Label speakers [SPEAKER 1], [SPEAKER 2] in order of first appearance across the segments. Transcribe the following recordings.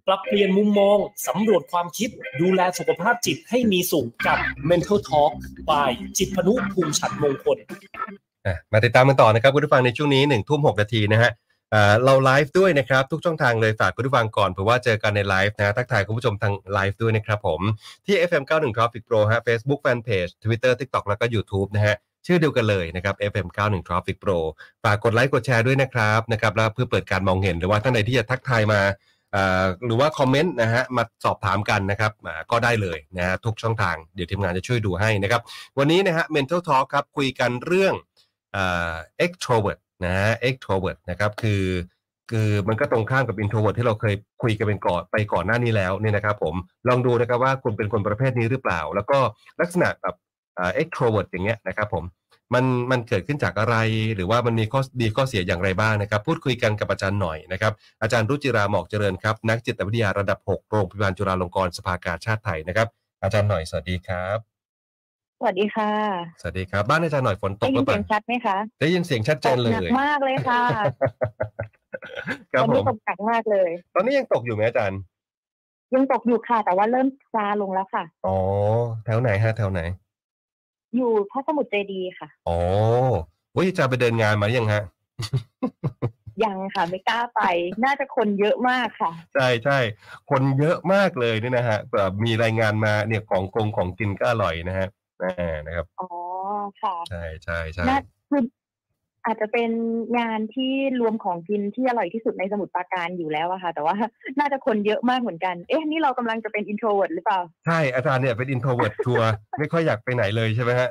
[SPEAKER 1] ปรับเปลี่ยนมุมมองสำรวจความคิดดูแลสุขภาพจิตให้มีสุขกับ Mental Talk by จิตรพนุภูมิฉัตรมงคล
[SPEAKER 2] มาติดตามกันต่อนะครับคุณผู้ฟังในช่วงนี้ 19:06 นาทีนะฮะเราไลฟ์ด้วยนะครับทุกช่องทางเลยฝากคุณผู้ฟังก่อนเผื่อว่าเจอกันในไลฟ์นะทักทายคุณผู้ชมทางไลฟ์ด้วยนะครับผมที่ FM 91 Traffic Pro ฮะ Facebook Fanpage Twitter TikTok แล้วก็ YouTube นะฮะชื่อเดียวกันเลยนะครับ FM 91 Traffic Pro ฝากกดไลค์กดแชร์ด้วยนะครับแล้วเพื่อเปิดการมองเห็นหรือว่าท่านใดที่จะทักทายมาหรือว่าคอมเมนต์นะฮะมาสอบถามกันนะครับก็ได้เลยนะฮะทุกช่องทางเดี๋ยวทีมงานจะช่วยดูให้นะครับวันนี้นะฮะ Mental Talk ครับคุยกันเรื่องextrovert นะฮะ extrovert นะครับคือมันก็ตรงข้ามกับ introvert ที่เราเคยคุยกันก่อนหน้านี้แล้วเนี่ยนะครับผมลองดูนะครับว่าคุณเป็นคนประเภทนี้หรือเปล่าแล้วก็ลักษณะแบบextrovert อย่างเงี้ยนะครับผมมันเกิดขึ้นจากอะไรหรือว่ามันมีข้อดีข้อเสียอย่างไรบ้างนะครับพูดคุยกันกับอาจารย์หน่อยนะครับอาจารย์รุจิราหมอกเจริญครับนักจิตวิทยาระดับ6โรงพยาบาลจุฬาลงกรณ์สภากาชาดไทยนะครับอาจารย์หน่อยสวัสดีครับ
[SPEAKER 3] สวัสดีค่ะ
[SPEAKER 2] สวัสดีครับบ้านอาจารย์หน่อยฝนตกหรือเปล่า
[SPEAKER 3] ได้ยินเสียงชัดไหมคะ
[SPEAKER 2] ได้ยินเสียงชัดเจนเลย
[SPEAKER 3] หนักมากเลยค่ะ
[SPEAKER 2] ครับผม
[SPEAKER 3] ตกหนักมากเลย
[SPEAKER 2] ตอนนี้ยังตกอยู่ไหมอาจารย์
[SPEAKER 3] ยังตกอยู่ค่ะแต่ว่าเริ่มซาลงแล้วค่ะ
[SPEAKER 2] อ๋อแถวไหนฮะแถวไหน
[SPEAKER 3] อยู่พระสมุทรเจดีย์ค่ะ
[SPEAKER 2] อ๋อว่าจะไปเดินงานมายังฮะ
[SPEAKER 3] ยังค่ะไม่กล้าไปน่าจะคนเยอะมากค่ะ
[SPEAKER 2] ใช่คนเยอะมากเลยนี่นะฮะแบบมีรายงานมาเนี่ยของกินก็อร่อยนะฮะนะครับ
[SPEAKER 3] อ๋อค่ะ
[SPEAKER 2] ใช่
[SPEAKER 3] น่าคืออาจจะเป็นงานที่รวมของกินที่อร่อยที่สุดในสมุทรปราการอยู่แล้วอะค่ะแต่ว่าน่าจะคนเยอะมากเหมือนกันนี่เรากำลังจะเป็น introvert หรือเปล่า
[SPEAKER 2] ใช่อาจารย์เนี่ยเป็น introvert ชัวร์ไม่ค่อยอยากไปไหนเลยใช่ไหมฮะ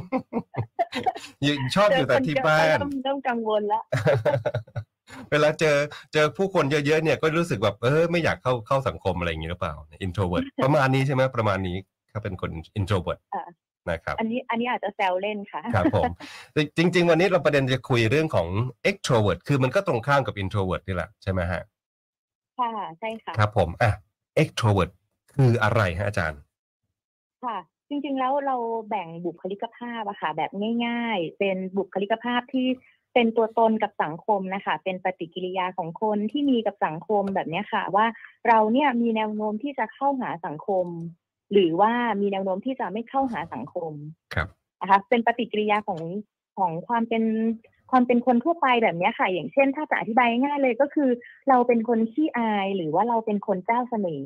[SPEAKER 2] ชอบอยู่แต่ที่บ้าน
[SPEAKER 3] เริ่มกังวลแล้ว
[SPEAKER 2] เวลาเจอผู้คนเยอะๆเนี่ยก็รู้สึกแบบไม่อยากเข้าสังคมอะไรอย่างนี้หรือเปล่า introvert ประมาณนี้ใช่ไหมประมาณนี้เขาเป็นคน introvert นะครับ
[SPEAKER 3] อันนี้อาจจะแซวเล่นค่ะ
[SPEAKER 2] ครับผมจริงๆวันนี้เราประเด็นจะคุยเรื่องของ extrovert คือมันก็ตรงข้ามกับ introvert นี่แหละใช่ไหมฮะ
[SPEAKER 3] ค่ะใช่ค่ะ
[SPEAKER 2] ครับผมextrovert คืออะไรฮะอาจารย์
[SPEAKER 3] ค่ะจริงๆแล้วเราแบ่งบุคลิกภาพอะค่ะแบบง่ายๆเป็นบุคลิกภาพที่เป็นตัวตนกับสังคมนะคะเป็นปฏิกิริยาของคนที่มีกับสังคมแบบนี้ค่ะว่าเราเนี่ยมีแนวโน้มที่จะเข้าหาสังคมหรือว่ามีแนวโน้มที่จะไม่เข้าหาสังคม
[SPEAKER 2] ครับ
[SPEAKER 3] นะคะเป็นปฏิกิริยาของความเป็นคนทั่วไปแบบนี้ค่ะอย่างเช่นถ้าจะอธิบายง่ายเลยก็คือเราเป็นคนขี้อายหรือว่าเราเป็นคนเจ้าเสน่ห์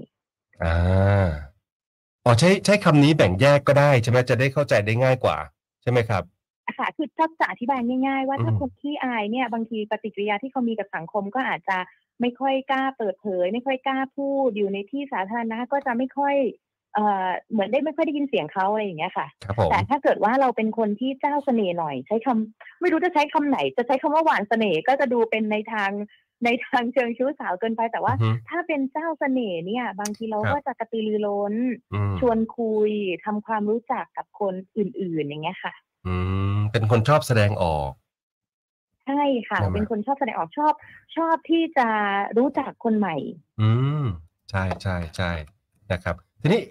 [SPEAKER 2] ใช้คำนี้แบ่งแยกก็ได้ใช่ไหมจะได้เข้าใจได้ง่ายกว่าใช่ไหมครับ
[SPEAKER 3] ค่ะคือถ้าจะอธิบายง่ายๆว่าถ้าคนขี้อายเนี่ยบางทีปฏิกิริยาที่เขามีกับสังคมก็อาจจะไม่ค่อยกล้าเปิดเผยไม่ค่อยกล้าพูดอยู่ในที่สาธารณะก็จะไม่ค่อยเหมือนไม่ค่อยได้ยินเสียงเขาอะไรอย่างเงี้ยค่ะแต่ถ้าเกิดว่าเราเป็นคนที่เจ้าเสน่ห์หน่อยใช้คำไม่รู้จะใช้คำไหนจะใช้คำว่าหวานเสน่ห์ก็จะดูเป็นในทางเชิงชู้สาวเกินไปแต่ว่าถ้าเป็นเจ้าเสน่ห์เนี่ยบางทีเราก็จะกระตือรือร้นชวนคุยทำความรู้จักกับคนอื่นๆอย่างเงี้ยค่ะ
[SPEAKER 2] เป็นคนชอบแสดงออก
[SPEAKER 3] ใช่ค่ะเป็นคนชอบแสดงออกชอบที่จะรู้จักคนใหม่
[SPEAKER 2] ใช่นะครับทีนี้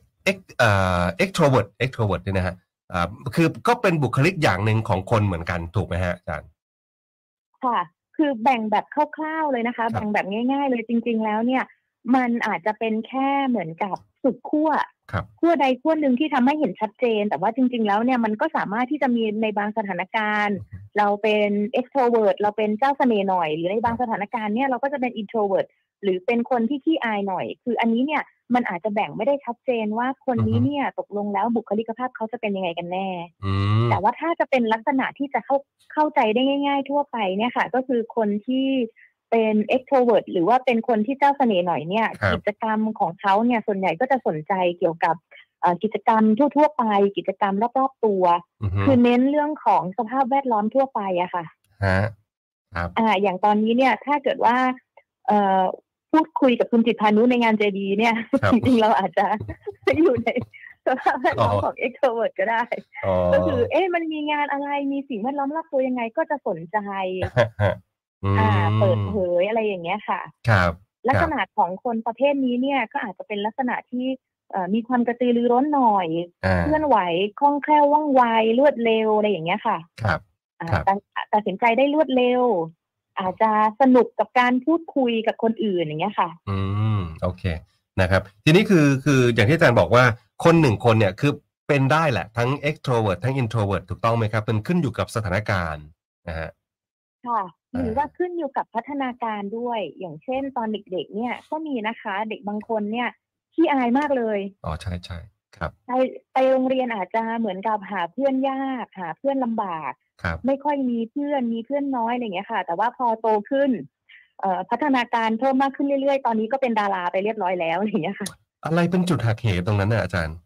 [SPEAKER 2] extrovert เนี่ยนะฮะคือก็เป็นบุคลิกอย่างหนึ่งของคนเหมือนกันถูกไหมฮะอาจารย์
[SPEAKER 3] ค่ะคือแบ่งแบบคร่าวๆเลยนะคะแบ่งแบบง่ายๆเลยจริงๆแล้วเนี่ยมันอาจจะเป็นแค่เหมือนกับสุดขั้วใดขั้วหนึ่งที่ทำให้เห็นชัดเจนแต่ว่าจริงๆแล้วเนี่ยมันก็สามารถที่จะมีในบางสถานการณ์เราเป็น extrovert เราเป็นเจ้าเสน่ห์หน่อยหรือในบางสถานการณ์เนี่ยเราก็จะเป็น introvert หรือเป็นคนที่ขี้อายหน่อยคืออันนี้เนี่ยมันอาจจะแบ่งไม่ได้ชัดเจนว่าคนนี้เนี่ยตกลงแล้วบุคลิกภาพเขาจะเป็นยังไงกันแน่แต่ว่าถ้าจะเป็นลักษณะที่จะเข้าใจได้ง่ายๆทั่วไปเนี่ยค่ะก็คือคนที่เป็น extrovert หรือว่าเป็นคนที่เจ้าเสน่ห์หน่อยเนี่ยกิจกรรมของเขาเนี่ยส่วนใหญ่ก็จะสนใจเกี่ยวกับกิจกรรมทั่วๆไปกิจกรรมรอบๆตัวคือเน้นเรื่องของสภาพแวดล้อมทั่วไปอะค่ะ
[SPEAKER 2] ครับ
[SPEAKER 3] อย่างตอนนี้เนี่ยถ้าเกิดว่าพูดคุยกับคุณจิตรพานุในงานเจดีเนี่ยจริงๆเราอาจจะอยู่ในสภาพแวดล้อมของ extrovert ก็ได้ก็คือมันมีงานอะไรมีสิ่งแวดล้อมรอบตัวยังไงก็จะสนใจเปิดเผยอะไรอย่างเงี้ยค่ะลักษณะของคนประเภทนี้เนี่ยก็อาจจะเป็นลักษณะที่มีความกระตือรือร้นหน่อยเคลื่อนไหวคล่องแคล่วว่องไวรวดเร็วอะไรอย่างเงี้ยค่ะตัดสินใจได้รวดเร็วอาจจะสนุกกับการพูดคุยกับคนอื่นอย่างเงี้ยค่ะ
[SPEAKER 2] โอเคนะครับทีนี้คืออย่างที่อาจารย์บอกว่าคนหนึ่งคนเนี่ยคือเป็นได้แหละทั้ง extrovert ทั้ง introvert ถูกต้องไหมครับมันขึ้นอยู่กับสถานการณ์นะฮะ
[SPEAKER 3] ค่ะหรือว่าขึ้นอยู่กับพัฒนาการด้วยอย่างเช่นตอนเด็กๆเนี่ยก็มีนะคะเด็กบางคนเนี่ยขี้อายมากเลย
[SPEAKER 2] อ๋อใช่ๆครับ
[SPEAKER 3] ไปโรงเรียนอาจจะเหมือนกับหาเพื่อนยากหาเพื่อนลำบากไม่ค่อยมีเพื่อนน้อยอะไรอย่างเงี้ยค่ะแต่ว่าพอโตขึ้นพัฒนาการเพิ่มมากขึ้นเรื่อยๆตอนนี้ก็เป็นดาราไปเรียบร้อยแล้วอะไรอย่างเงี้ยค่ะ
[SPEAKER 2] อะไรเป็นจุดหักเหตรงนั้นน่ะอาจารย์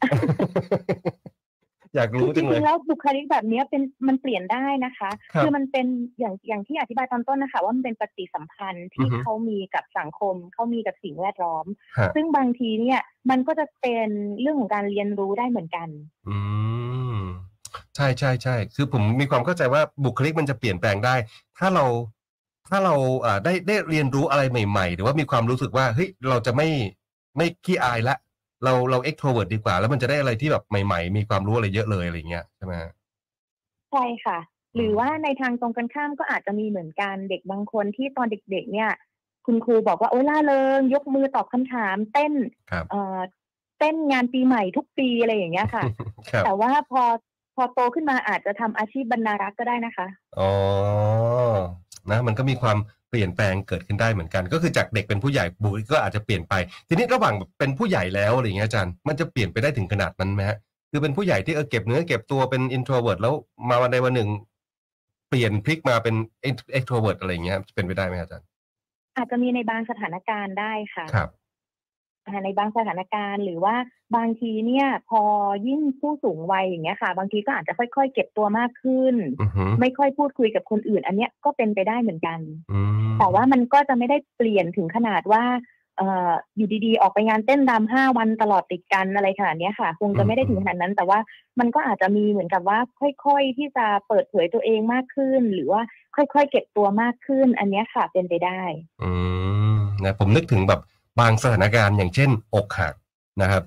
[SPEAKER 2] อยากรู้
[SPEAKER 3] จ
[SPEAKER 2] จังเลย
[SPEAKER 3] ริงๆแล้วบุคลิกแบบนี้มันเปลี่ยนได้นะคะคือมันเป็นอย่างที่อธิบายตอนต้นนะคะว่ามันเป็นปฏิสัมพันธ์ที่เขามีกับสังคมเขามีกับสิ่งแวดล้อมซึ่งบางทีเนี่ยมันก็จะเป็นเรื่องของการเรียนรู้ได้เหมือนกัน
[SPEAKER 2] ใช่คือผมมีความเข้าใจว่าบุคลิกมันจะเปลี่ยนแปลงได้ถ้าเราได้เรียนรู้อะไรใหม่ๆหรือว่ามีความรู้สึกว่าเฮ้ยเราจะไม่ขี้อายละเรา extrovert ดีกว่าแล้วมันจะได้อะไรที่แบบใหม่ๆมีความรู้อะไรเยอะเลยอะไรเงี้ยใช่ไหม
[SPEAKER 3] ใช่ค่ะหรือว่าในทางตรงกันข้ามก็อาจจะมีเหมือนกันเด็กบางคนที่ตอนเด็กๆเนี่ยคุณครูบอกว่าโอ้ล่าเริงยกมือตอบคำถามเต้นเต้นงานปีใหม่ทุกปีอะไรอย่างเงี้ยค่ะแต่ว่าพอโตขึ้นมาอาจจะทำอาชีพบรรณารักษ์ก็ได้นะคะ
[SPEAKER 2] อ๋อนะมันก็มีความเปลี่ยนแปลงเกิดขึ้นได้เหมือนกันก็คือจากเด็กเป็นผู้ใหญ่บุคลิกก็อาจจะเปลี่ยนไปทีนี้ระหว่างเป็นผู้ใหญ่แล้วอะไรอย่างเงี้ยอาจารย์มันจะเปลี่ยนไปได้ถึงขนาดนั้นไหมฮะคือเป็นผู้ใหญ่ที่เก็บเนื้อเก็บตัวเป็น introvert แล้วมาวันใดวันหนึ่งเปลี่ยนพลิกมาเป็น extrovert อะไรอย่างเงี้ยเป็นไปได้ไหมอาจารย์
[SPEAKER 3] อาจจะมีในบางสถานการณ์ได้ค่ะ
[SPEAKER 2] ครับ
[SPEAKER 3] ในบางสถานการณ์หรือว่าบางทีเนี่ยพอยิ่งผู้สูงวัยอย่างเงี้ยค่ะบางทีก็อาจจะค่อยๆเก็บตัวมากขึ้นไม่ค่อยพูดคุยกับคนอื่นอันเนี้ยก็เป็นไปได้เหมือนกันแต่ว่ามันก็จะไม่ได้เปลี่ยนถึงขนาดว่าอยู่ดีๆออกไปงานเต้นรำ5 วันตลอดติดกันอะไรขนาดนี้ค่ะคงจะไม่ได้ถึงขนาดนั้นแต่ว่ามันก็อาจจะมีเหมือนกับว่าค่อยๆที่จะเปิดเผยตัวเองมากขึ้นหรือว่าค่อยๆเก็บตัวมากขึ้นอันนี้ค่ะเป็นไปได้
[SPEAKER 2] นะผมนึกถึงแบบบางสถานการณ์อย่างเช่นอกหักนะครับ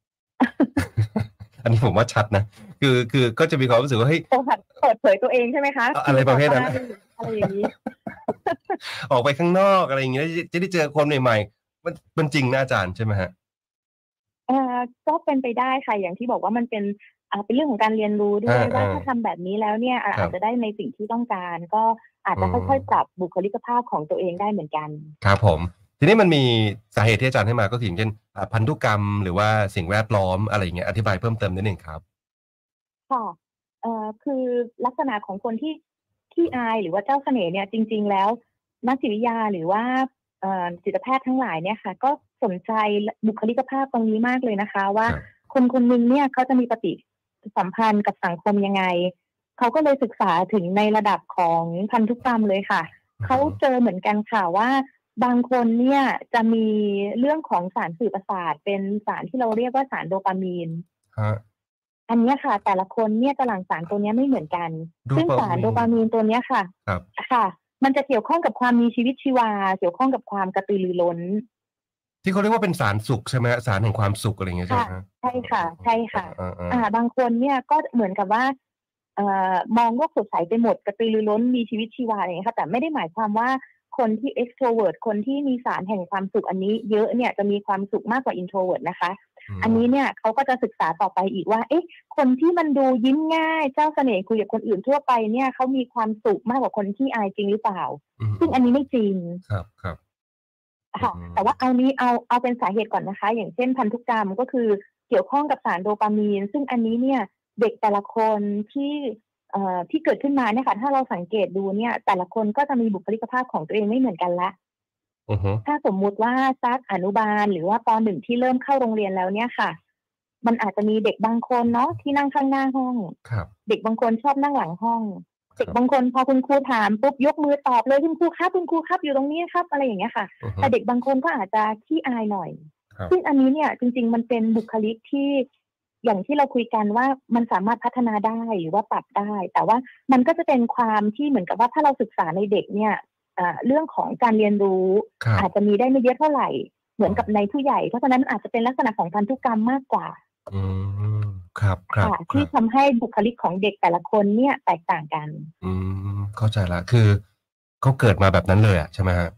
[SPEAKER 2] อันนี้ผมว่าชัดนะคือก็จะมีความรู้สึกว่าเฮ้ย
[SPEAKER 3] อกหักเปิดเผยตัวเองใช่ไหมคะ
[SPEAKER 2] อะไรประเภทนั้น
[SPEAKER 3] อะไรอย่างนี้
[SPEAKER 2] ออกไปข้างนอกอะไรอย่างเงี้ยจะได้เจอคนใหม่ๆมันจริงนะอาจารย์ใช่ไหมฮะ
[SPEAKER 3] ก็เป็นไปได้ค่ะอย่างที่บอกว่ามันเป็นเรื่องของการเรียนรู้ด้วยว่าถ้าทำแบบนี้แล้วเนี่ยอาจจะได้ในสิ่งที่ต้องการก็อาจจะค่อยๆปรับบุคลิกภาพของตัวเองได้เหมือนกัน
[SPEAKER 2] ครับผมทีนี้มันมีสาเหตุที่อาจารย์ให้มาก็คืออย่างเช่นพันธุกรรมหรือว่าสิ่งแวดล้อมอะไรอย่างเงี้ยอธิบายเพิ่มเติมนิดนึงครับ
[SPEAKER 3] ค่ะคือลักษณะของคนที่ขี้อายหรือว่าเจ้าเสน่ห์เนี่ยจริงๆแล้วนักจิตวิทยาหรือว่าจิตแพทย์ทั้งหลายเนี่ยค่ะก็สนใจบุคลิกภาพตรงนี้มากเลยนะคะว่าคนคนหนึ่งเนี่ยเขาจะมีปฏิสัมพันธ์กับสังคมยังไงเขาก็เลยศึกษาถึงในระดับของพันธุกรรมเลยค่ะเขาเจอเหมือนกันค่ะว่าบางคนเนี่ยจะมีเรื่องของสารสื่อประสาทเป็นสารที่เราเรียกว่าสารโดปามีนอันนี้ค่ะแต่ละคนเนี่ยจะหลั่งสารตัวนี้ไม่เหมือนกันซึ่งสารโดปามีนตัวนี้ค่ะค่ะมันจะเกี่ยวข้องกับความมีชีวิตชีวาเกี่ยวข้องกับความกระตือรือร้น
[SPEAKER 2] ที่เขาเรียกว่าเป็นสารสุขใช่ไหมสารแห่งความสุขอะไรอย่างเงี้ยใช่ไหม
[SPEAKER 3] ใช่ค่ะใช่ค่ะบางคนเนี่ยก็เหมือนกับว่ามองโลกสดใสไปหมดกระตือรือร้นมีชีวิตชีวาอะไรอย่างเงี้ยค่ะแต่ไม่ได้หมายความว่าคนที่ extrovert คนที่มีสารแห่งความสุขอันนี้เยอะเนี่ยจะมีความสุขมากกว่า introvert นะคะอันนี้เนี่ยเขาก็จะศึกษาต่อไปอีกว่าคนที่มันดูยิ้มง่ายเจ้าเสน่ห์คุยกับคนอื่นทั่วไปเนี่ยเขามีความสุขมากกว่าคนที่อายจริงหรือเปล่าซึ่งอันนี้ไม่จริง
[SPEAKER 2] ครับ
[SPEAKER 3] ค่ะแต่ว่าเอาเป็นสาเหตุก่อนนะคะอย่างเช่นพันธุกรรมก็คือเกี่ยวข้องกับสารโดปามีนซึ่งอันนี้เนี่ยเด็กแต่ละคนที่เกิดขึ้นมาเนี่ยค่ะถ้าเราสังเกตดูเนี่ยแต่ละคนก็จะมีบุคลิกภาพของตัวเองไม่เหมือนกันละถ้าสมมุติว่าซักอนุบาลหรือว่าป .1 ที่เริ่มเข้าโรงเรียนแล้วเนี่ยค่ะมันอาจจะมีเด็กบางคนเนาะที่นั่งข้างหน้าห้องเด็กบางคนชอบนั่งหลังห้องเด็กบางคนพอคุณครูถามปุ๊บยกมือตอบเลยคุณครูครับอยู่ตรงนี้ครับอะไรอย่างเงี้ยค่ะแต่เด็กบางคนก็อาจจะขี้อายหน่อยซึ่งอันนี้เนี่ยจริงๆมันเป็นบุคลิกที่อย่างที่เราคุยกันว่ามันสามารถพัฒนาได้หรือว่าปรับได้แต่ว่ามันก็จะเป็นความที่เหมือนกับว่าถ้าเราศึกษาในเด็กเนี่ยเรื่องของการเรียนรู้อาจจะมีได้ไม่เยอะเท่าไหร่เหมือนกับในผู้ใหญ่เพราะฉะนั้นอาจจะเป็นลักษณะของพันธุกรรมมากกว่า
[SPEAKER 2] ครับ
[SPEAKER 3] ที่ทำให้บุคลิกของเด็กแต่ละคนเนี่ยแตกต่างกัน
[SPEAKER 2] เข้าใจละคือเขาเกิดมาแบบนั้นเลยอ่ะใช่ไหมฮะ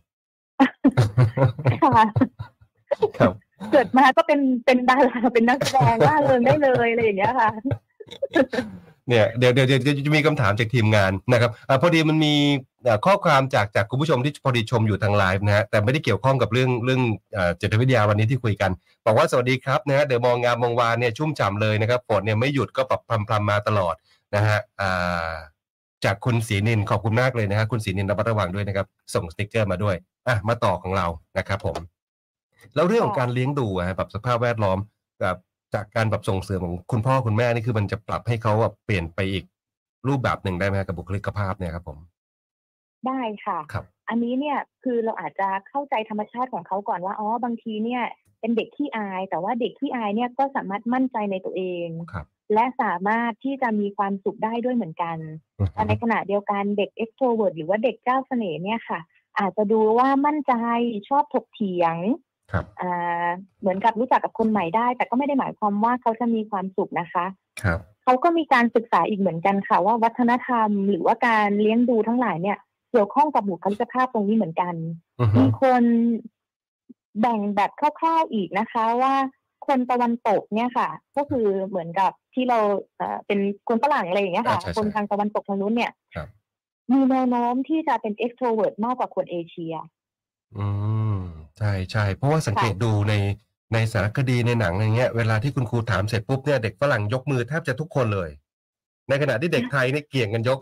[SPEAKER 3] ค่ะ
[SPEAKER 2] ครับ
[SPEAKER 3] เกิดมาก็เป็นดาราเป็นนักแสดงล่าเริงได้เลยอะไรอย่างเงี้ยค่ะ
[SPEAKER 2] เนี่ยเดี๋ยวจะมีคำถามจากทีมงานนะครับพอดีมันมีข้อความจากคุณผู้ชมที่พอดีชมอยู่ทางไลฟ์นะฮะแต่ไม่ได้เกี่ยวข้องกับเรื่องจิตวิทยาวันนี้ที่คุยกันบอกว่าสวัสดีครับนะฮะเดี๋ยวมองงามมองวานเนี่ยชุ่มฉ่ำเลยนะครับฝนเนี่ยไม่หยุดก็ปรับพรำมาตลอดนะฮะจากคุณศรีนินขอบคุณมากเลยนะฮะคุณศรีนินระวังด้วยนะครับส่งสติ๊กเกอร์มาด้วยมาต่อของเรานะครับผมแล้วเรื่องของการเลี้ยงดูแบบสภาพแวดล้อมกับจากการแบบส่งเสริมของคุณพ่อคุณแม่นี่คือมันจะปรับให้เขาแบบเปลี่ยนไปอีกรูปแบบหนึ่งได้ไหมกับบุคลิกภาพเนี่ยครับผม
[SPEAKER 3] ได้ค่ะ
[SPEAKER 2] ครับ
[SPEAKER 3] อันนี้เนี่ยคือเราอาจจะเข้าใจธรรมชาติของเขาก่อนว่าอ๋อบางทีเนี่ยเป็นเด็กขี้อายแต่ว่าเด็กขี้อายเนี่ยก็สามารถมั่นใจในตัวเองและสามารถที่จะมีความสุขได้ด้วยเหมือนกันแต่ในขณะเดียวกันเด็ก extrovert หรือว่าเด็กเจ้าเสน่ห์เนี่ยค่ะอาจจะดูว่ามั่นใจชอบถกเถียงเหมือนกับรู้จักกับคนใหม่ได้แต่ก็ไม่ได้หมายความว่าเขาจะมีความสุขนะคะเขาก็มีการศึกษาอีกเหมือนกันค่ะว่าวัฒนธรรมหรือว่าการเลี้ยงดูทั้งหลายเนี่ยเกี่ยวข้องกับบุคลิกภาพตรงนี้เหมือนกันมีคนแบ่งแบบคร่าวๆอีกนะคะว่าคนตะวันตกเนี่ยค่ะก็คือเหมือนกับที่เราเป็นคนฝรั่งอะไรอย่างเงี้ยค่ะคนทางตะวันตกทางนู้นเนี่ยมีแนวโน้มที่จะเป็น extrovert มากกว่าคนเอเชีย
[SPEAKER 2] ใช่ใช่เพราะว่าสังเกตดูในสารคดีในหนังอะไรเงี้ยเวลาที่คุณครูถามเสร็จปุ๊บเนี่ยเด็กฝรั่งยกมือแทบจะทุกคนเลยในขณะที่เด็กไทยเนี่ยเกี่ยงกันยก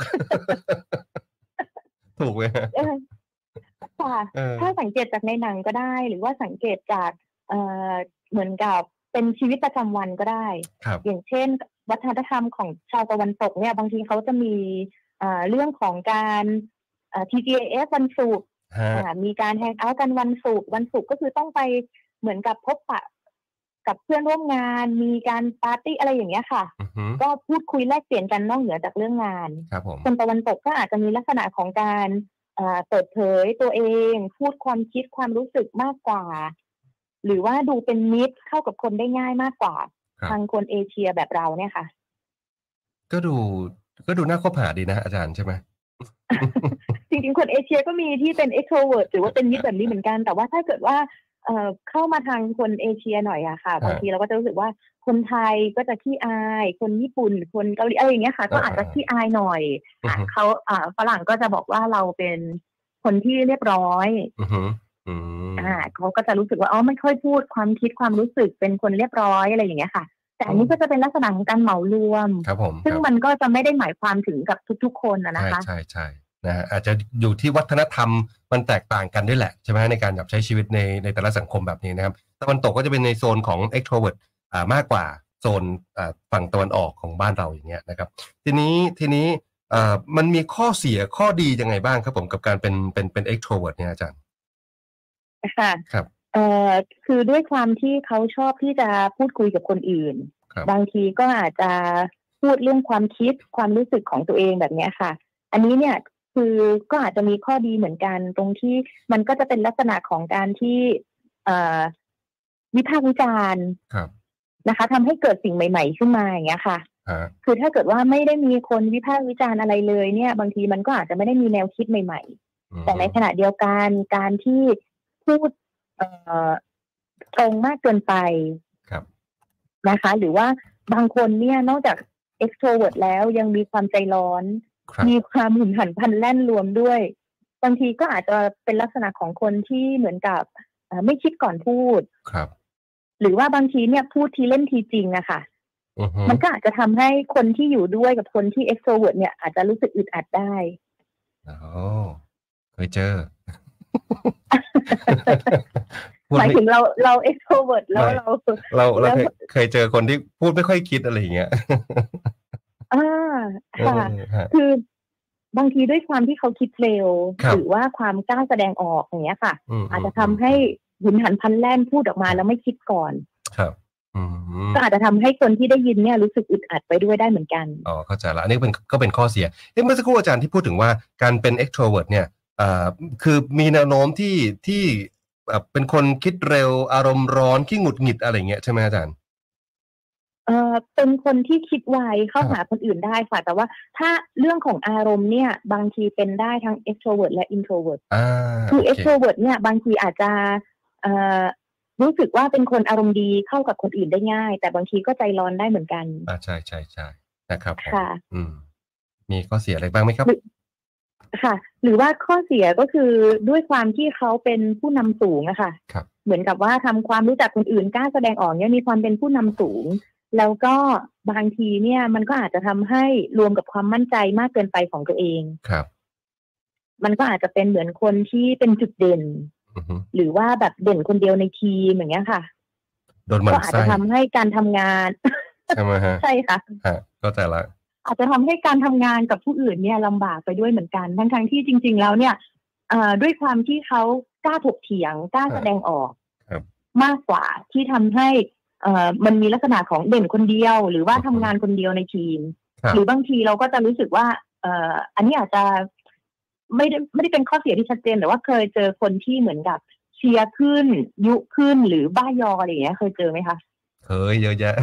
[SPEAKER 2] ถูกไหม
[SPEAKER 3] ค่ะถ้าสังเกตจากในหนังก็ได้หรือว่าสังเกตจากเหมือนกับเป็นชีวิตประจำวันก็ได้อย่างเช่นวัฒนธรรมของชาวตะวันตกเนี่ยบางทีเขาจะมีเรื่องของการ TGIF วันศุกร์มีการแฮงเอาท์กันวันศุกร์ก็คือต้องไปเหมือนกับพบปะกับเพื่อนร่วมงานมีการปาร์ตี้อะไรอย่างเงี้ยค่ะก็พูดคุยแลกเปลี่ยนกันนอกเหนือจากเรื่องงานคนตะวันตกก็อาจจะมีลักษณะของการเปิดเผยตัวเองพูดความคิดความรู้สึกมากกว่าหรือว่าดูเป็นมิตรเข้ากับคนได้ง่ายมากกว่าทางคนเอเชียแบบเราเนี่ยค่ะ
[SPEAKER 2] ก็ดูน่าคบหาดีนะอาจารย์ใช่ไหม
[SPEAKER 3] จริงๆคนเอเชียก็มีที่เป็น extrovert หรือว่าเป็นมิตรแบบนี้เหมือนกันแต่ว่าถ้าเกิดว่าเข้ามาทางคนเอเชียหน่อยอะค่ะบางทีเราก็จะรู้สึกว่าคนไทยก็จะขี้อายคนญี่ปุ่นคนเกาหลีอะไรอย่างเงี้ยค่ะก็อาจจะขี้อายหน่อยเขาฝรั่งก็จะบอกว่าเราเป็นคนที่เรียบร้อยเขาก็จะรู้สึกว่าไม่ค่อยพูดความคิดความรู้สึกเป็นคนเรียบร้อยอะไรอย่างเงี้ยค่ะแต่อันนี้ก็จะเป็นลักษณะของการเหมารวมซึ่งมันก็จะไม่ได้หมายความถึงกับทุกๆคนนะคะ
[SPEAKER 2] ใช่นะฮะอาจจะอยู่ที่วัฒนธรรมมันแตกต่างกันด้วยแหละใช่ไหมในการใช้ชีวิตในแต่ละสังคมแบบนี้นะครับตะวันตกก็จะเป็นในโซนของ extrovert มากกว่าโซนฝั่งตะวันออกของบ้านเราอย่างเงี้ยนะครับทีนี้มันมีข้อเสียข้อดียังไงบ้างครับผมกับการเป็น extrovert เนี่ยอาจารย์
[SPEAKER 3] ค่ะครับคือด้วยความที่เขาชอบที่จะพูดคุยกับคนอื่นบางทีก็อาจจะพูดเรื่องความคิดความรู้สึกของตัวเองแบบนี้ค่ะอันนี้เนี่ยคือก็อาจจะมีข้อดีเหมือนกันตรงที่มันก็จะเป็นลักษณะของการที่วิพากษ์วิจารณ์นะคะทำให้เกิดสิ่งใหม่ๆขึ้นมาอย่างเงี้ยค่ะคือถ้าเกิดว่าไม่ได้มีคนวิพากษ์วิจารณ์อะไรเลยเนี่ยบางทีมันก็อาจจะไม่ได้มีแนวคิดใหม่ๆแต่ในขณะเดียวกันการที่พูดตรงมากเกินไปนะคะหรือว่าบางคนเนี่ยนอกจาก extrovert แล้วยังมีความใจร้อนมีความหุนหันพลันแล่นรวมด้วยบางทีก็อาจจะเป็นลักษณะของคนที่เหมือนกับไม่คิดก่อนพูดหรือว่าบางทีเนี่ยพูดทีเล่นทีจริงอะค่ะมันก็อาจจะทำให้คนที่อยู่ด้วยกับคนที่ extrovert เนี่ยอาจจะรู้สึกอึดอัดได้
[SPEAKER 2] เคยเจอ
[SPEAKER 3] หมายถึงเรา extrovert แล้ว
[SPEAKER 2] เราเคยเจอคนที่พูดไม่ค่อยคิดอะไรอย่างเงี้ย
[SPEAKER 3] ค่ะคือบางทีด้วยความที่เขาคิดเร็วหรือว่าความกล้าแสดงออกอย่างเงี้ยค่ะอาจจะทำให้หุนหันพลันแล่นพูดออกมาแล้วไม่คิดก่อน
[SPEAKER 2] ครับ
[SPEAKER 3] ก็อาจจะทำให้คนที่ได้ยินเนี่ยรู้สึกอึดอัดไปด้วยได้เหมือนกัน
[SPEAKER 2] เข้าใจละอันนี้ก็เป็นข้อเสียเมื่อสักครู่อาจารย์ที่พูดถึงว่าการเป็น extrovert เนี่ยคือมีแนวโน้มที่เป็นคนคิดเร็วอารมณ์ร้อนขี้หงุดหงิดอะไรเงี้ยใช่ไหมอาจารย์
[SPEAKER 3] เป็นคนที่คิดไวเข้าหาคนอื่นได้ค่ะแต่ว่าถ้าเรื่องของอารมณ์เนี่ยบางทีเป็นได้ทั้ง extrovert และ introvert คือ extrovert เนี่ยบางทีอาจจะรู้สึกว่าเป็นคนอารมณ์ดีเข้ากับคนอื่นได้ง่ายแต่บางทีก็ใจร้อนได้เหมือนกัน
[SPEAKER 2] ใช่ใช่ใช่นะครับ
[SPEAKER 3] ค่ะ
[SPEAKER 2] มีข้อเสียอะไรบ้างไหมครับ
[SPEAKER 3] ค่ะหรือว่าข้อเสียก็คือด้วยความที่เขาเป็นผู้นำสูงอะค่ะเหมือนกับว่าทำความรู้จักคนอื่นกล้าแสดงออกเนี่ยมีความเป็นผู้นำสูงแล้วก็บางทีเนี่ยมันก็อาจจะทำให้รวมกับความมั่นใจมากเกินไปของตัวเอง
[SPEAKER 2] ครับ
[SPEAKER 3] มันก็อาจจะเป็นเหมือนคนที่เป็นจุดเด่นหรือว่าแบบเด่นคนเดียวในทีมอย่างเงี้ยค่ะก็อาจจะทำให้การทำงาน
[SPEAKER 2] ใช่ไหมฮะ
[SPEAKER 3] ใช่ค่ะ
[SPEAKER 2] ก็แต่ละ
[SPEAKER 3] อาจจะทำให้การทำงานกับผู้อื่นเนี่ยลำบากไปด้วยเหมือนกันทั้งที่จริงๆแล้วเนี่ยด้วยความที่เขากล้าถกเถียงกล้าแสดงออกมากกว่าที่ทำให้มันมีลักษณะของเด่นคนเดียวหรือว่าทำงานคนเดียวในทีมหรือบางทีเราก็จะรู้สึกว่าอันนี้อาจจะไม่ได้เป็นข้อเสียที่ชัดเจนแต่ว่าเคยเจอคนที่เหมือนกับเชียร์ขึ้นยุขึ้นหรือบ้ายออะไรอย่างเงี้ยเคยเจอไหมคะ
[SPEAKER 2] เคยเยอะแยะ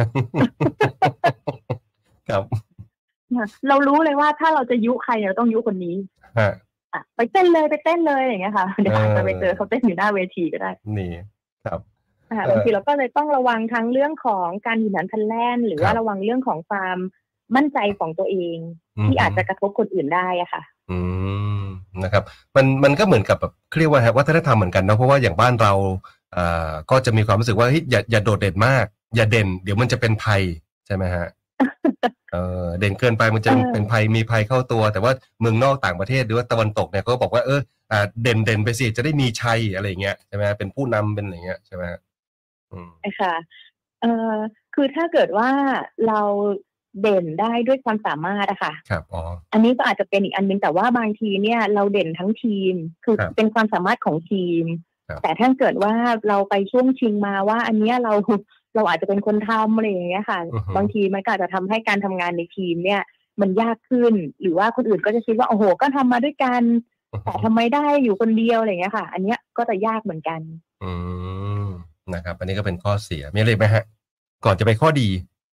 [SPEAKER 2] ครับ
[SPEAKER 3] เรารู้เลยว่าถ้าเราจะยุใครเราต้องยุคนนี้ไปเต้นเลยอย่างเงี้ยค่ะเดี๋ยวอาจจะไปเจอเขาเต้นอยู่หน้าเวทีก็ได้
[SPEAKER 2] นี่ครับ
[SPEAKER 3] บางทีเราก็เลยต้องระวังทั้งเรื่องของการหินหันพลันแล่นหรือว่าระวังเรื่องของความมั่นใจของตัวเองที่อาจจะกระทบคนอื่นได้อะค่ะ
[SPEAKER 2] นะครับมันก็เหมือนกับแบบเรียกว่าวัฒนธรรมเหมือนกันนะเพราะว่าอย่างบ้านเราก็จะมีความรู้สึกว่าอย่าโดดเด่นมากอย่าเด่นเดี๋ยวมันจะเป็นภัยใช่ไหมฮะเด่นเกินไปมันจะเป็นภัยมีภัยเข้าตัวแต่ว่าเมืองนอกต่างประเทศหรือว่าตะวันตกเนี่ยก็บอกว่าเด่นไปสิจะได้มีชัยอะไรอย่างเงี้ยใช่ไหมเป็นผู้นำเป็นอะไรเงี้ยใช่ไหม
[SPEAKER 3] ค่ะคือถ้าเกิดว่าเราเด่นได้ด้วยความสามารถอะค่ะ
[SPEAKER 2] ครับ
[SPEAKER 3] อันนี้ก็อาจจะเป็นอีกอันนึงแต่ว่าบางทีเนี่ยเราเด่นทั้งทีมคือเป็นความสามารถของทีมแต่ถ้าเกิดว่าเราไปช่วงชิงมาว่าอันนี้เราอาจจะเป็นคนทำอะไรอย่างเงี้ยค่ะบางทีมันก็อาจจะทำให้การทำงานในทีมเนี่ยมันยากขึ้นหรือว่าคนอื่นก็จะคิดว่าโอ้โหก็ทำมาด้วยกันแต่ทำไมได้อยู่คนเดียวอะไรอย่างเงี้ยค่ะอันเนี้ยก็จะยากเหมือนกัน
[SPEAKER 2] นะครับอันนี้ก็เป็นข้อเสียมีอะไรไหมฮะก่อนจะไปข้อดี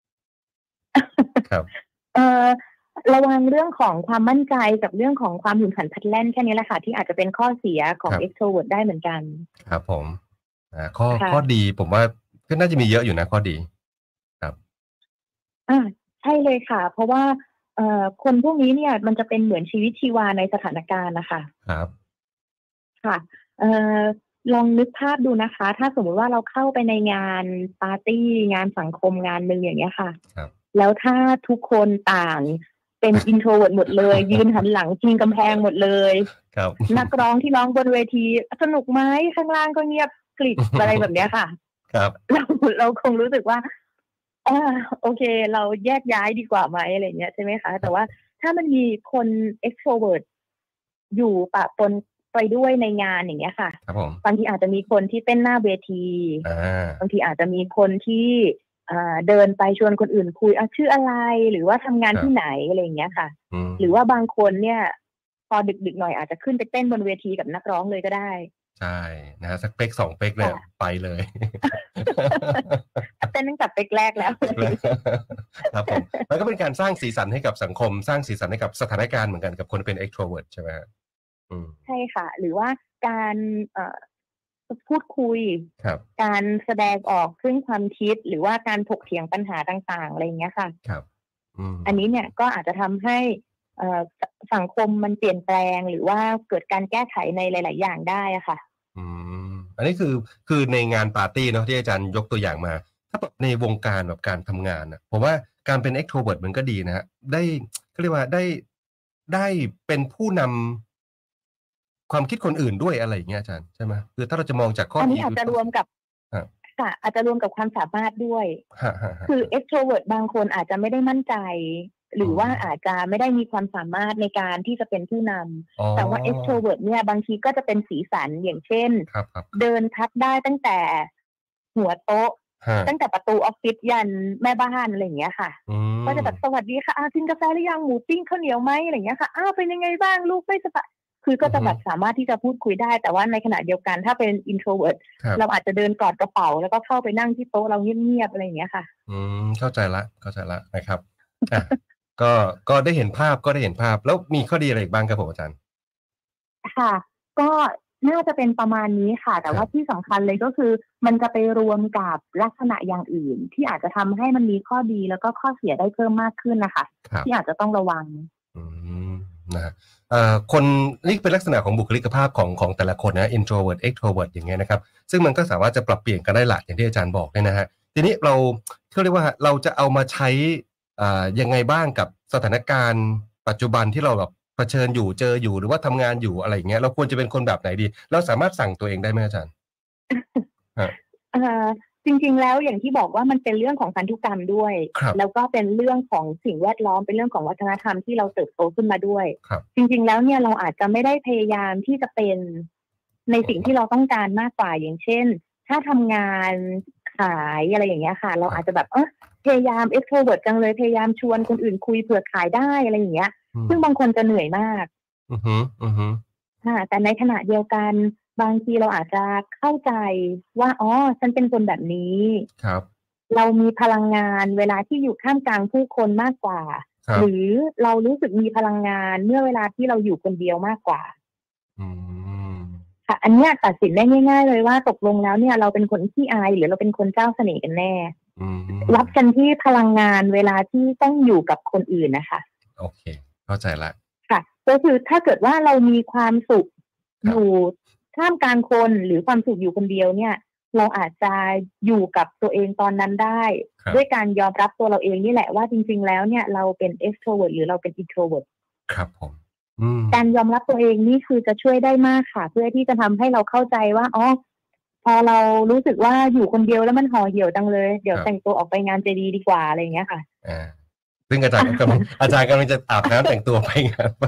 [SPEAKER 2] ครับ
[SPEAKER 3] ระวังเรื่องของความมั่นใจกับเรื่องของความหุนหันพลันแล่นแค่นี้แหละค่ะที่อาจจะเป็นข้อเสียของ extrovert ได้เหมือนกัน
[SPEAKER 2] ครับผมข้อดีผมว่าก็น่าจะมีเยอะอยู่นะข้อดีครับ
[SPEAKER 3] ใช่เลยค่ะเพราะว่าคนพวกนี้เนี่ยมันจะเป็นเหมือนชีวิตชีวาในสถานการณ์นะคะ
[SPEAKER 2] ครับ
[SPEAKER 3] ค่ะลองนึกภาพดูนะคะถ้าสมมติว่าเราเข้าไปในงานปาร์ตี้งานสังคมงานนึงอย่างเงี้ยค่ะแล้วถ้าทุกคนต่างเป็น introvert หมดเลยยืนหันหลังพิงกำแพงหมดเลยนักร้องที่ร้องบนเวทีสนุกไหมข้างล่างก็เงียบกริบอะไรแบบเนี้ยค่ะ
[SPEAKER 2] ครับ
[SPEAKER 3] เราคงรู้สึกว่าโอเคเราแยกย้ายดีกว่าไหมอะไรเงี้ยใช่ไหมคะแต่ว่าถ้ามันมีคน extrovert อยู่ปะปนไปด้วยในงานอย่างเงี้ยค่ะบางทีอาจจะมีคนที่เต้นหน้าเวทีบางทีอาจจะมีคนที่เดินไปชวนคนอื่นคุยชื่ออะไรหรือว่าทำงานที่ไหนอะไรอย่างเงี้ยค่ะหรือว่าบางคนเนี่ยพอดึกๆหน่อยอาจจะขึ้นไปเต้นบนเวทีกับนักร้องเลยก็ได้
[SPEAKER 2] ใช่นะสักเป๊ก2เป๊กเนี่ยไปเลย
[SPEAKER 3] เต้นตั้งแต่เป๊กแรกแล้ว
[SPEAKER 2] ครับผมมันก็เป็นการสร้างสีสันให้กับสังคมสร้างสีสันให้กับสถานการณ์เหมือนกันกับคนเป็น extrovert ใช่ไหม
[SPEAKER 3] ใช่ค่ะหรือว่าการพูดคุยการแสดงออกซึ่งความคิดหรือว่าการถกเถียงปัญหาต่างๆอะไรอย่างเงี้ยค่ะ
[SPEAKER 2] ครับ
[SPEAKER 3] อันนี้เนี่ยก็อาจจะทำให้สังคมมันเปลี่ยนแปลงหรือว่าเกิดการแก้ไขในหลายๆอย่างได้อะค่ะ
[SPEAKER 2] อันนี้คือในงานปาร์ตี้เนาะที่อาจารย์ยกตัวอย่างมาถ้าแบบในวงการแบบการทำงานนะผมว่าการเป็น extrovert มันก็ดีนะฮะได้เขาเรียกว่าได้เป็นผู้นำความคิดคนอื่นด้วยอะไรอย่างเงี้ยอาจารย์ใช่ไหมคือถ้าเราจะมองจากข้อ
[SPEAKER 3] นี้อาจจะรวมกับค่ะอาจจะรวมกับความสามารถด้วยคือ extrovert บางคนอาจจะไม่ได้มั่นใจหรือว่าอาจจะไม่ได้มีความสามารถในการที่จะเป็นผู้นำแต่ว่า extrovert เนี่ยบางทีก็จะเป็นสีสันอย่างเช่นเดินทักได้ตั้งแต่หัวโต๊ะตั้งแต่ประตูออฟฟิศยันแม่บ้านอะไรอย่างเงี้ยค่ะก็จะแบบสวัสดีค่ะกินกาแฟหรือยังหมูปิ้งข้าวเหนียวไหมอะไรอย่างเงี้ยค่ะเป็นยังไงบ้างลูกไม่สบายคือก็จะแบบสามารถที่จะพูดคุยได้แต่ว่าในขณะเดียวกันถ้าเป็น introvert เราอาจจะเดินกอดกระเป๋าแล้วก็เข้าไปนั่งที่โต๊ะเราเงียบๆอะไรอย่างเงี้ยค่ะ
[SPEAKER 2] เข้าใจละนะครับก็ได้เห็นภาพแล้วมีข้อดีอะไรอีกบ้างครับผมอาจารย์
[SPEAKER 3] ค่ะก็น่าจะเป็นประมาณนี้ค่ะแต่ว่าที่สำคัญเลยก็คือมันจะไปรวมกับลักษณะอย่างอื่นที่อาจจะทำให้มันมีข้อดีแล้วก็ข้อเสียได้เพิ่มมากขึ้นนะคะที่อาจจะต้องระวัง
[SPEAKER 2] นะคนนี่เป็นลักษณะของบุคลิกภาพของแต่ละคนนะ introvert extrovert อย่างเงี้ยนะครับซึ่งมันก็สามารถจะปรับเปลี่ยนกันได้หลายอย่างที่อาจารย์บอกเนี่ยนะฮะทีนี้เขาเรียกว่าเราจะเอามาใช้ยังไงบ้างกับสถานการณ์ปัจจุบันที่เราแบบเผชิญอยู่เจออยู่หรือว่าทำงานอยู่อะไรอย่างเงี้ยเราควรจะเป็นคนแบบไหนดีเราสามารถสั่งตัวเองได้ไหมอาจารย์
[SPEAKER 3] จริงๆแล้วอย่างที่บอกว่ามันเป็นเรื่องของพันธุกรรมด้วยแล้วก็เป็นเรื่องของสิ่งแวดล้อมเป็นเรื่องของวัฒนธรรมที่เราเติบโตขึ้นมาด้วยจริงๆแล้วเนี่ยเราอาจจะไม่ได้พยายามที่จะเป็นในสิ่งที่เราต้องการมากกว่าอย่างเช่นถ้าทำงานขายอะไรอย่างเงี้ยค่ะเราอาจจะแบบพยายาม extrovert จังเลยพยายามชวนคนอื่นคุยเผื่อขายได้อะไรอย่างเงี้ยซึ่งบางคนจะเหนื่อยมากแต่ในขณะเดียวกันบางทีเราอาจจะเข้าใจว่าฉันเป็นคนแบบนี้
[SPEAKER 2] ครับ
[SPEAKER 3] เรามีพลังงานเวลาที่อยู่ท่ามกลางผู้คนมากกว่าหรือเรารู้สึกมีพลังงานเมื่อเวลาที่เราอยู่คนเดียวมากกว่าค่ะอันนี้ตัดสินได้ง่ายๆเลยว่าตกลงแล้วเนี่ยเราเป็นคนขี้อายหรือเราเป็นคนเจ้าเสน่ห์กันแน่วัดกันที่พลังงานเวลาที่ต้องอยู่กับคนอื่นนะคะ
[SPEAKER 2] โอเคเข้าใจละ
[SPEAKER 3] ค่ะก็คือถ้าเกิดว่าเรามีความสุขอยู่ท่ามกลางคนหรือความสุขอยู่คนเดียวเนี่ยเราอาจจะอยู่กับตัวเองตอนนั้นได้ด้วยการยอมรับตัวเราเองนี่แหละว่าจริงๆแล้วเนี่ยเราเป็น extrovert หรือเราเป็น introvert
[SPEAKER 2] ครับผม
[SPEAKER 3] การยอมรับตัวเองนี่คือจะช่วยได้มากค่ะเพื่อที่จะทำให้เราเข้าใจว่าพอเรารู้สึกว่าอยู่คนเดียวแล้วมันห่อเหี่ยวจังเลยเดี๋ยวแต่งตัวออกไปงานเจดีดีกว่าอะไรอย่างเงี้ยค่ะ
[SPEAKER 2] ซึ่งอาจารย์กำลังจะอาบน้ำแต่งตัวไปงาน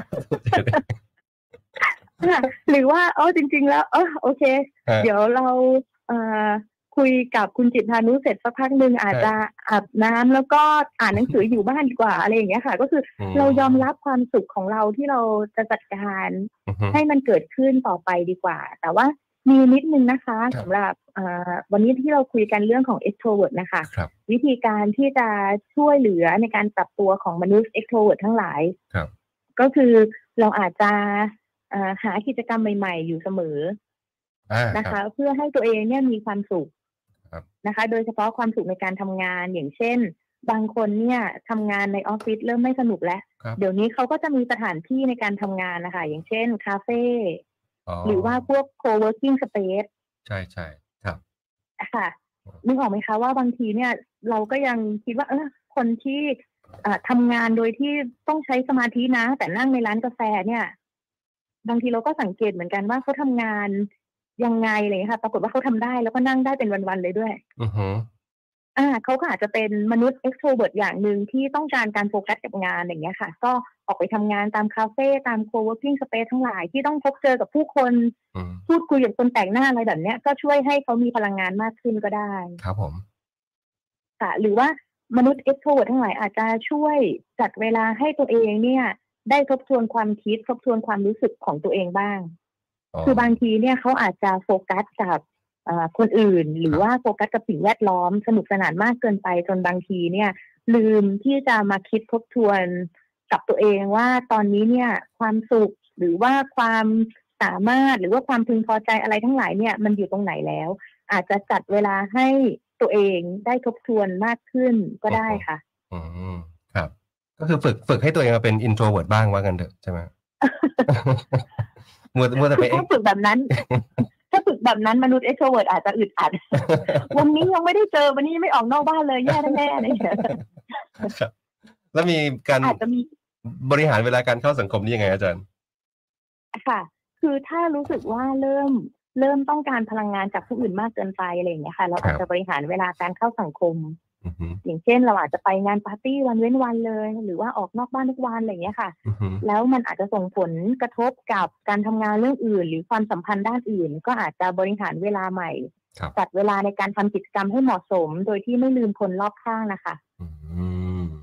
[SPEAKER 3] หรือว่าจริงๆแล้วโอเคเดี๋ยวเราคุยกับคุณจิตพานุเสร็จสักพักนึงอาจจะอาบน้ำแล้วก็อ่านหนังสืออยู่บ้านดีกว่าอะไรอย่างเงี้ยค่ะก็คือเรายอมรับความสุขของเราที่เราจะจัดการให้มันเกิดขึ้นต่อไปดีกว่าแต่ว่ามีนิดนึงนะคะสำหรับวันนี้ที่เราคุยกันเรื่องของ extrovert นะคะวิธีการที่จะช่วยเหลือในการปรับตัวของมนุษย์ extrovert ทั้งหลายก็คือเราอาจจะหากิจกรรมใหม่ๆอยู่เสมอนะคะเพื่อให้ตัวเองเนี่ยมีความสุขนะคะโดยเฉพาะความสุขในการทำงานอย่างเช่นบางคนเนี่ยทำงานในออฟฟิศเริ่มไม่สนุกแล้วเดี๋ยวนี้เขาก็จะมีสถานที่ในการทำงานนะคะอย่างเช่นคาเฟ่หรือว่าพวก co-working space
[SPEAKER 2] ใช่ครับ
[SPEAKER 3] ค่ะนึกออกไหมคะว่าบางทีเนี่ยเราก็ยังคิดว่าคนที่ทำงานโดยที่ต้องใช้สมาธินะแต่นั่งในร้านกาแฟเนี่ยบางทีเราก็สังเกตเหมือนกันว่าเขาทำงานยังไงเลยค่ะปรากฏว่าเขาทำได้แล้วก็นั่งได้เป็นวันๆเลยด้วยเขาก็อาจจะเป็นมนุษย์ extrovert อย่างหนึ่งที่ต้องการการโฟกัสกับงานอย่างเงี้ยค่ะก็ออกไปทำงานตามคาเฟ่ตาม co-working space ทั้งหลายที่ต้องพบเจอกับผู้คนพูดคุยกับคนแปลกหน้าอะไรแบบเนี้ยก็ช่วยให้เขามีพลังงานมากขึ้นก็ได้
[SPEAKER 2] ครับผม
[SPEAKER 3] ค่ะหรือว่ามนุษย์ extrovert ทั้งหลายอาจจะช่วยจัดเวลาให้ตัวเองเนี่ยได้ทบทวนความคิดทบทวนความรู้สึกของตัวเองบ้างคือบางทีเนี่ยเขาอาจจะโฟกัสกับคนอื่นหรือว่าโฟกัสกับสิ่งแวดล้อมสนุกสนานมากเกินไปจนบางทีเนี่ยลืมที่จะมาคิดทบทวนกับตัวเองว่าตอนนี้เนี่ยความสุขหรือว่าความสามารถหรือว่าความพึงพอใจอะไรทั้งหลายเนี่ยมันอยู่ตรงไหนแล้วอาจจะจัดเวลาให้ตัวเองได้ทบทวนมากขึ้นก็ได้ค่ะ
[SPEAKER 2] ครับก็คือฝึกให้ตัวเองมาเป็น introvert บ้างว่ากันเถอะใช่ไหม มัวแต่ไป
[SPEAKER 3] ถ้าฝึกแบบนั้นมนุษย์ extrovert อาจจะอึดอัดวันนี้ยังไม่ได้เจอวันนี้ไม่ออกนอกบ้านเลยแย่แน่ๆเลย
[SPEAKER 2] แล้วมีการอาจจะมีบริหารเวลาการเข้าสังคมนี่ยังไงอาจารย์
[SPEAKER 3] ค่ะคือถ้ารู้สึกว่าเริ่มต้องการพลังงานจากผู้อื่นมากเกินไปอะไรอย่างเงี้ยค่ะเราอาจจะบริหารเวลาการเข้าสังคมอย่างเช่นเราอาจจะไปงานปาร์ตี้วันเว้นวันเลยหรือว่าออกนอกบ้านทุกวันอะไรอย่างเงี้ยค่ะแล้วมันอาจจะส่งผลกระทบกับการทำงานเรื่องอื่นหรือความสัมพันธ์ด้านอื่นก็อาจจะบริหารเวลาใหม่จัดเวลาในการทำกิจกรรมให้เหมาะสมโดยที่ไม่ลืมคนรอบข้างนะคะ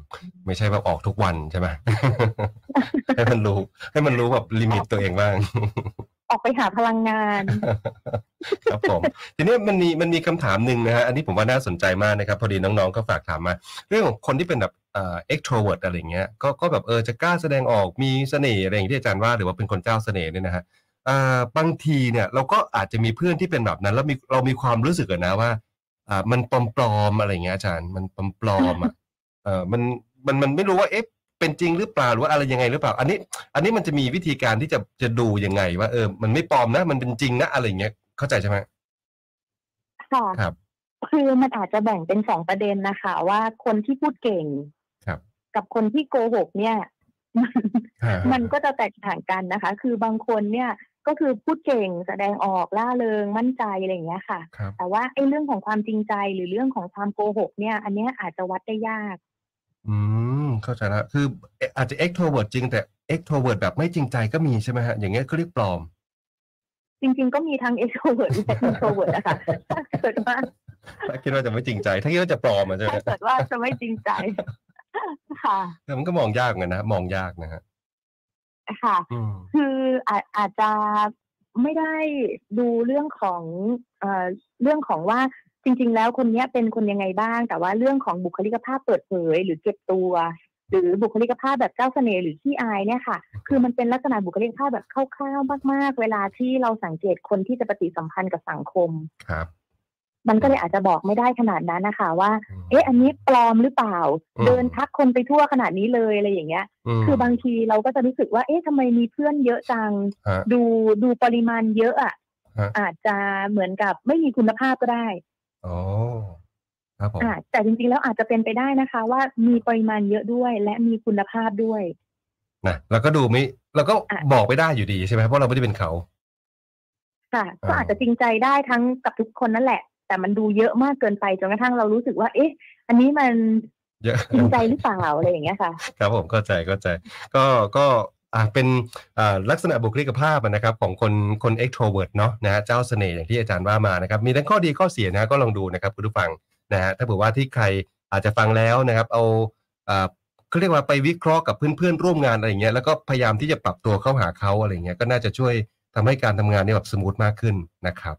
[SPEAKER 2] ไม่ใช่แบบออกทุกวันใช่ไหม ให้มันรู้แบบลิมิตตัวเองบ้าง
[SPEAKER 3] ออกไปหาพลังงาน
[SPEAKER 2] ครับผมทีนี้มันมีคำถามหนึ่งนะฮะอันนี้ผมว่าน่าสนใจมากนะครับพอดีน้องๆก็ฝากถามมาเรื่องของคนที่เป็นแบบextrovert อะไรเงี้ยก็แบบจะกล้าแสดงออกมีเสน่ห์อะไรอย่างที่อาจารย์ว่าหรือว่าเป็นคนเจ้าเสน่ห์เนี่ยนะฮะบางทีเนี่ยเราก็อาจจะมีเพื่อนที่เป็นแบบนั้นแล้วเรามีความรู้สึกนะว่ามันปลอมๆอะไรเงี้ยอาจารย์มันปลอมอ่ะมันไม่รู้ว่าเป็นจริงหรือเปล่าหรือว่าอะไรยังไงหรือเปล่าอันนี้มันจะมีวิธีการที่จะดูยังไงว่ามันไม่ปลอมนะมันเป็นจริงนะอะไรเงี้ยเข้าใจใช่ไหม
[SPEAKER 3] ค่ะ
[SPEAKER 2] ครับ
[SPEAKER 3] คือมันอาจจะแบ่งเป็น2ประเด็นนะคะว่าคนที่พูดเก่งกับคนที่โกหกเนี่ยมันก็จะแตกต่างกันนะคะคือบางคนเนี่ยก็คือพูดเก่งแสดงออกล่าเริงมั่นใจอะไรอย่างเงี้ยค่ะแต่ว่าไอ้เรื่องของความจริงใจหรือเรื่องของความโกหกเนี่ยอันนี้อาจจะวัดได้ยาก
[SPEAKER 2] เข้าใจแล้วคืออาจจะ extrovert จริงแต่ extrovert แบบไม่จริงใจก็มีใช่ไหมฮะอย่างเงี้ยก็เรียกปลอม
[SPEAKER 3] จริงๆก็มีทั้ง extrovert และ introvert นะคะถ้าเกิดว่า
[SPEAKER 2] ถ้าคิดว่าจะไม่จริงใจถ้าคิดว่าจะปลอมใช่ไหม
[SPEAKER 3] ถ้าเกิดว่าจะไม่จริงใจค่ะ
[SPEAKER 2] แต่มันก็มองยากเหมือนกันนะมองยากนะฮะ
[SPEAKER 3] ค่ะคืออาจจะไม่ได้ดูเรื่องของว่าจริงๆแล้วคนนี้เป็นคนยังไงบ้างแต่ว่าเรื่องของบุคลิกภาพเปิดเผยหรือเก็บตัวหรือบุคลิกภาพแบบเจ้าเสน่ห์หรือขี้อายเนี่ยค่ะคือมันเป็นลักษณะบุคลิกภาพแบบคร่าวๆมากๆเวลาที่เราสังเกตคนที่จะปฏิสัมพันธ์กับสังคม
[SPEAKER 2] ครับ
[SPEAKER 3] มันก็เลยอาจจะบอกไม่ได้ขนาดนั้นนะคะว่าอันนี้ปลอมหรือเปล่าเดินทักคนไปทั่วขนาดนี้เลยอะไรอย่างเงี้ยคือบางทีเราก็จะรู้สึกว่าทำไมมีเพื่อนเยอะจังดูปริมาณเยอะอ่ะอาจจะเหมือนกับไม่มีคุณภาพก็ได้
[SPEAKER 2] อ๋อครับผม
[SPEAKER 3] แต่จริงๆแล้วอาจจะเป็นไปได้นะคะว่ามีปริมาณเยอะด้วยและมีคุณภาพด้วย
[SPEAKER 2] นะแล้วก็ดูไม่เราก็บอกไม่ได้อยู่ดีใช่ไหมเพราะเราไม่ได้เป็นเขา
[SPEAKER 3] ค่ะก็อาจจะจริงใจได้ทั้งกับทุกคนนั่นแหละแต่มันดูเยอะมากเกินไปจนกระทั่งเรารู้สึกว่าอันนี้มันจริงใจหรือเปล่าอะไรอย่างเงี้ยค่ะ
[SPEAKER 2] ครับผมเข้าใจก็เป็นลักษณะบุคลิกภาพนะครับของคน extrovert เนาะนะฮะเจ้าเสน่ห์อย่างที่อาจารย์ว่ามานะครับมีทั้งข้อดีข้อเสียนะก็ลองดูนะครับคุณผู้ฟังนะฮะถ้าเผื่อว่าที่ใครอาจจะฟังแล้วนะครับเอาเขาเรียกว่าไปวิเคราะห์กับเพื่อนๆร่วมงานอะไรอย่างเงี้ยแล้วก็พยายามที่จะปรับตัวเข้าหาเขาอะไรอย่างเงี้ยก็น่าจะช่วยทำให้การทำงานนี่แบบสมูทมากขึ้นนะครับ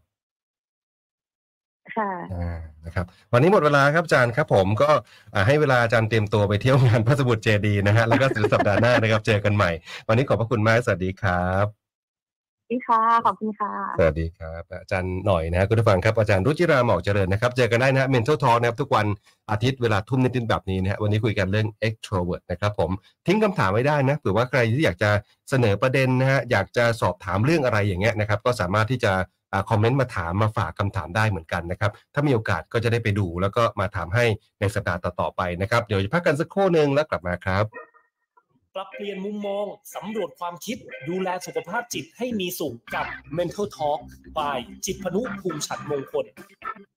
[SPEAKER 3] ค่ะ
[SPEAKER 2] นะครับวันนี้หมดเวลาครับอาจารย์ครับผมก็ให้เวลาอาจารย์เตรียมตัวไปเที่ยวงานพระสมุทรเจดีย์นะฮะแล้วก็สัปดาห์หน้านะครับเจอกันใหม่วันนี้ขอบพระคุณมากสวัสดีครับ
[SPEAKER 3] สวัสดีค่ะขอบคุณค่ะ
[SPEAKER 2] สวัสดีครับอาจารย์หน่อยนะฮะคุณผู้ฟังครับอาจารย์รุจิราหมอกเจริญนะครับเจอกันได้นะฮะ Mental Talk นะครับทุกวันอาทิตย์เวลาทุ่มนิดๆแบบนี้นะฮะวันนี้คุยกันเรื่อง extrovert นะครับผมทิ้งคำถามไว้ได้นะเผื่อว่าใครที่อยากจะเสนอประเด็นนะฮะอยากจะสอบถามเรื่องอะไรอย่างเงี้ยนะครับก็สามารถที่จะคอมเมนต์มาถามมาฝากคำถามได้เหมือนกันนะครับถ้ามีโอกาสก็จะได้ไปดูแล้วก็มาถามให้ในสัปดาห์ต่อๆไปนะครับเดี๋ยวจะพักกันสักครู่นึงแล้วกลับมาครับ
[SPEAKER 1] ปรับเปลี่ยนมุมมองสำรวจความคิดดูแลสุขภาพจิตให้มีสุขกับ Mental Talk by จิตพนุภูมิฉันมงคล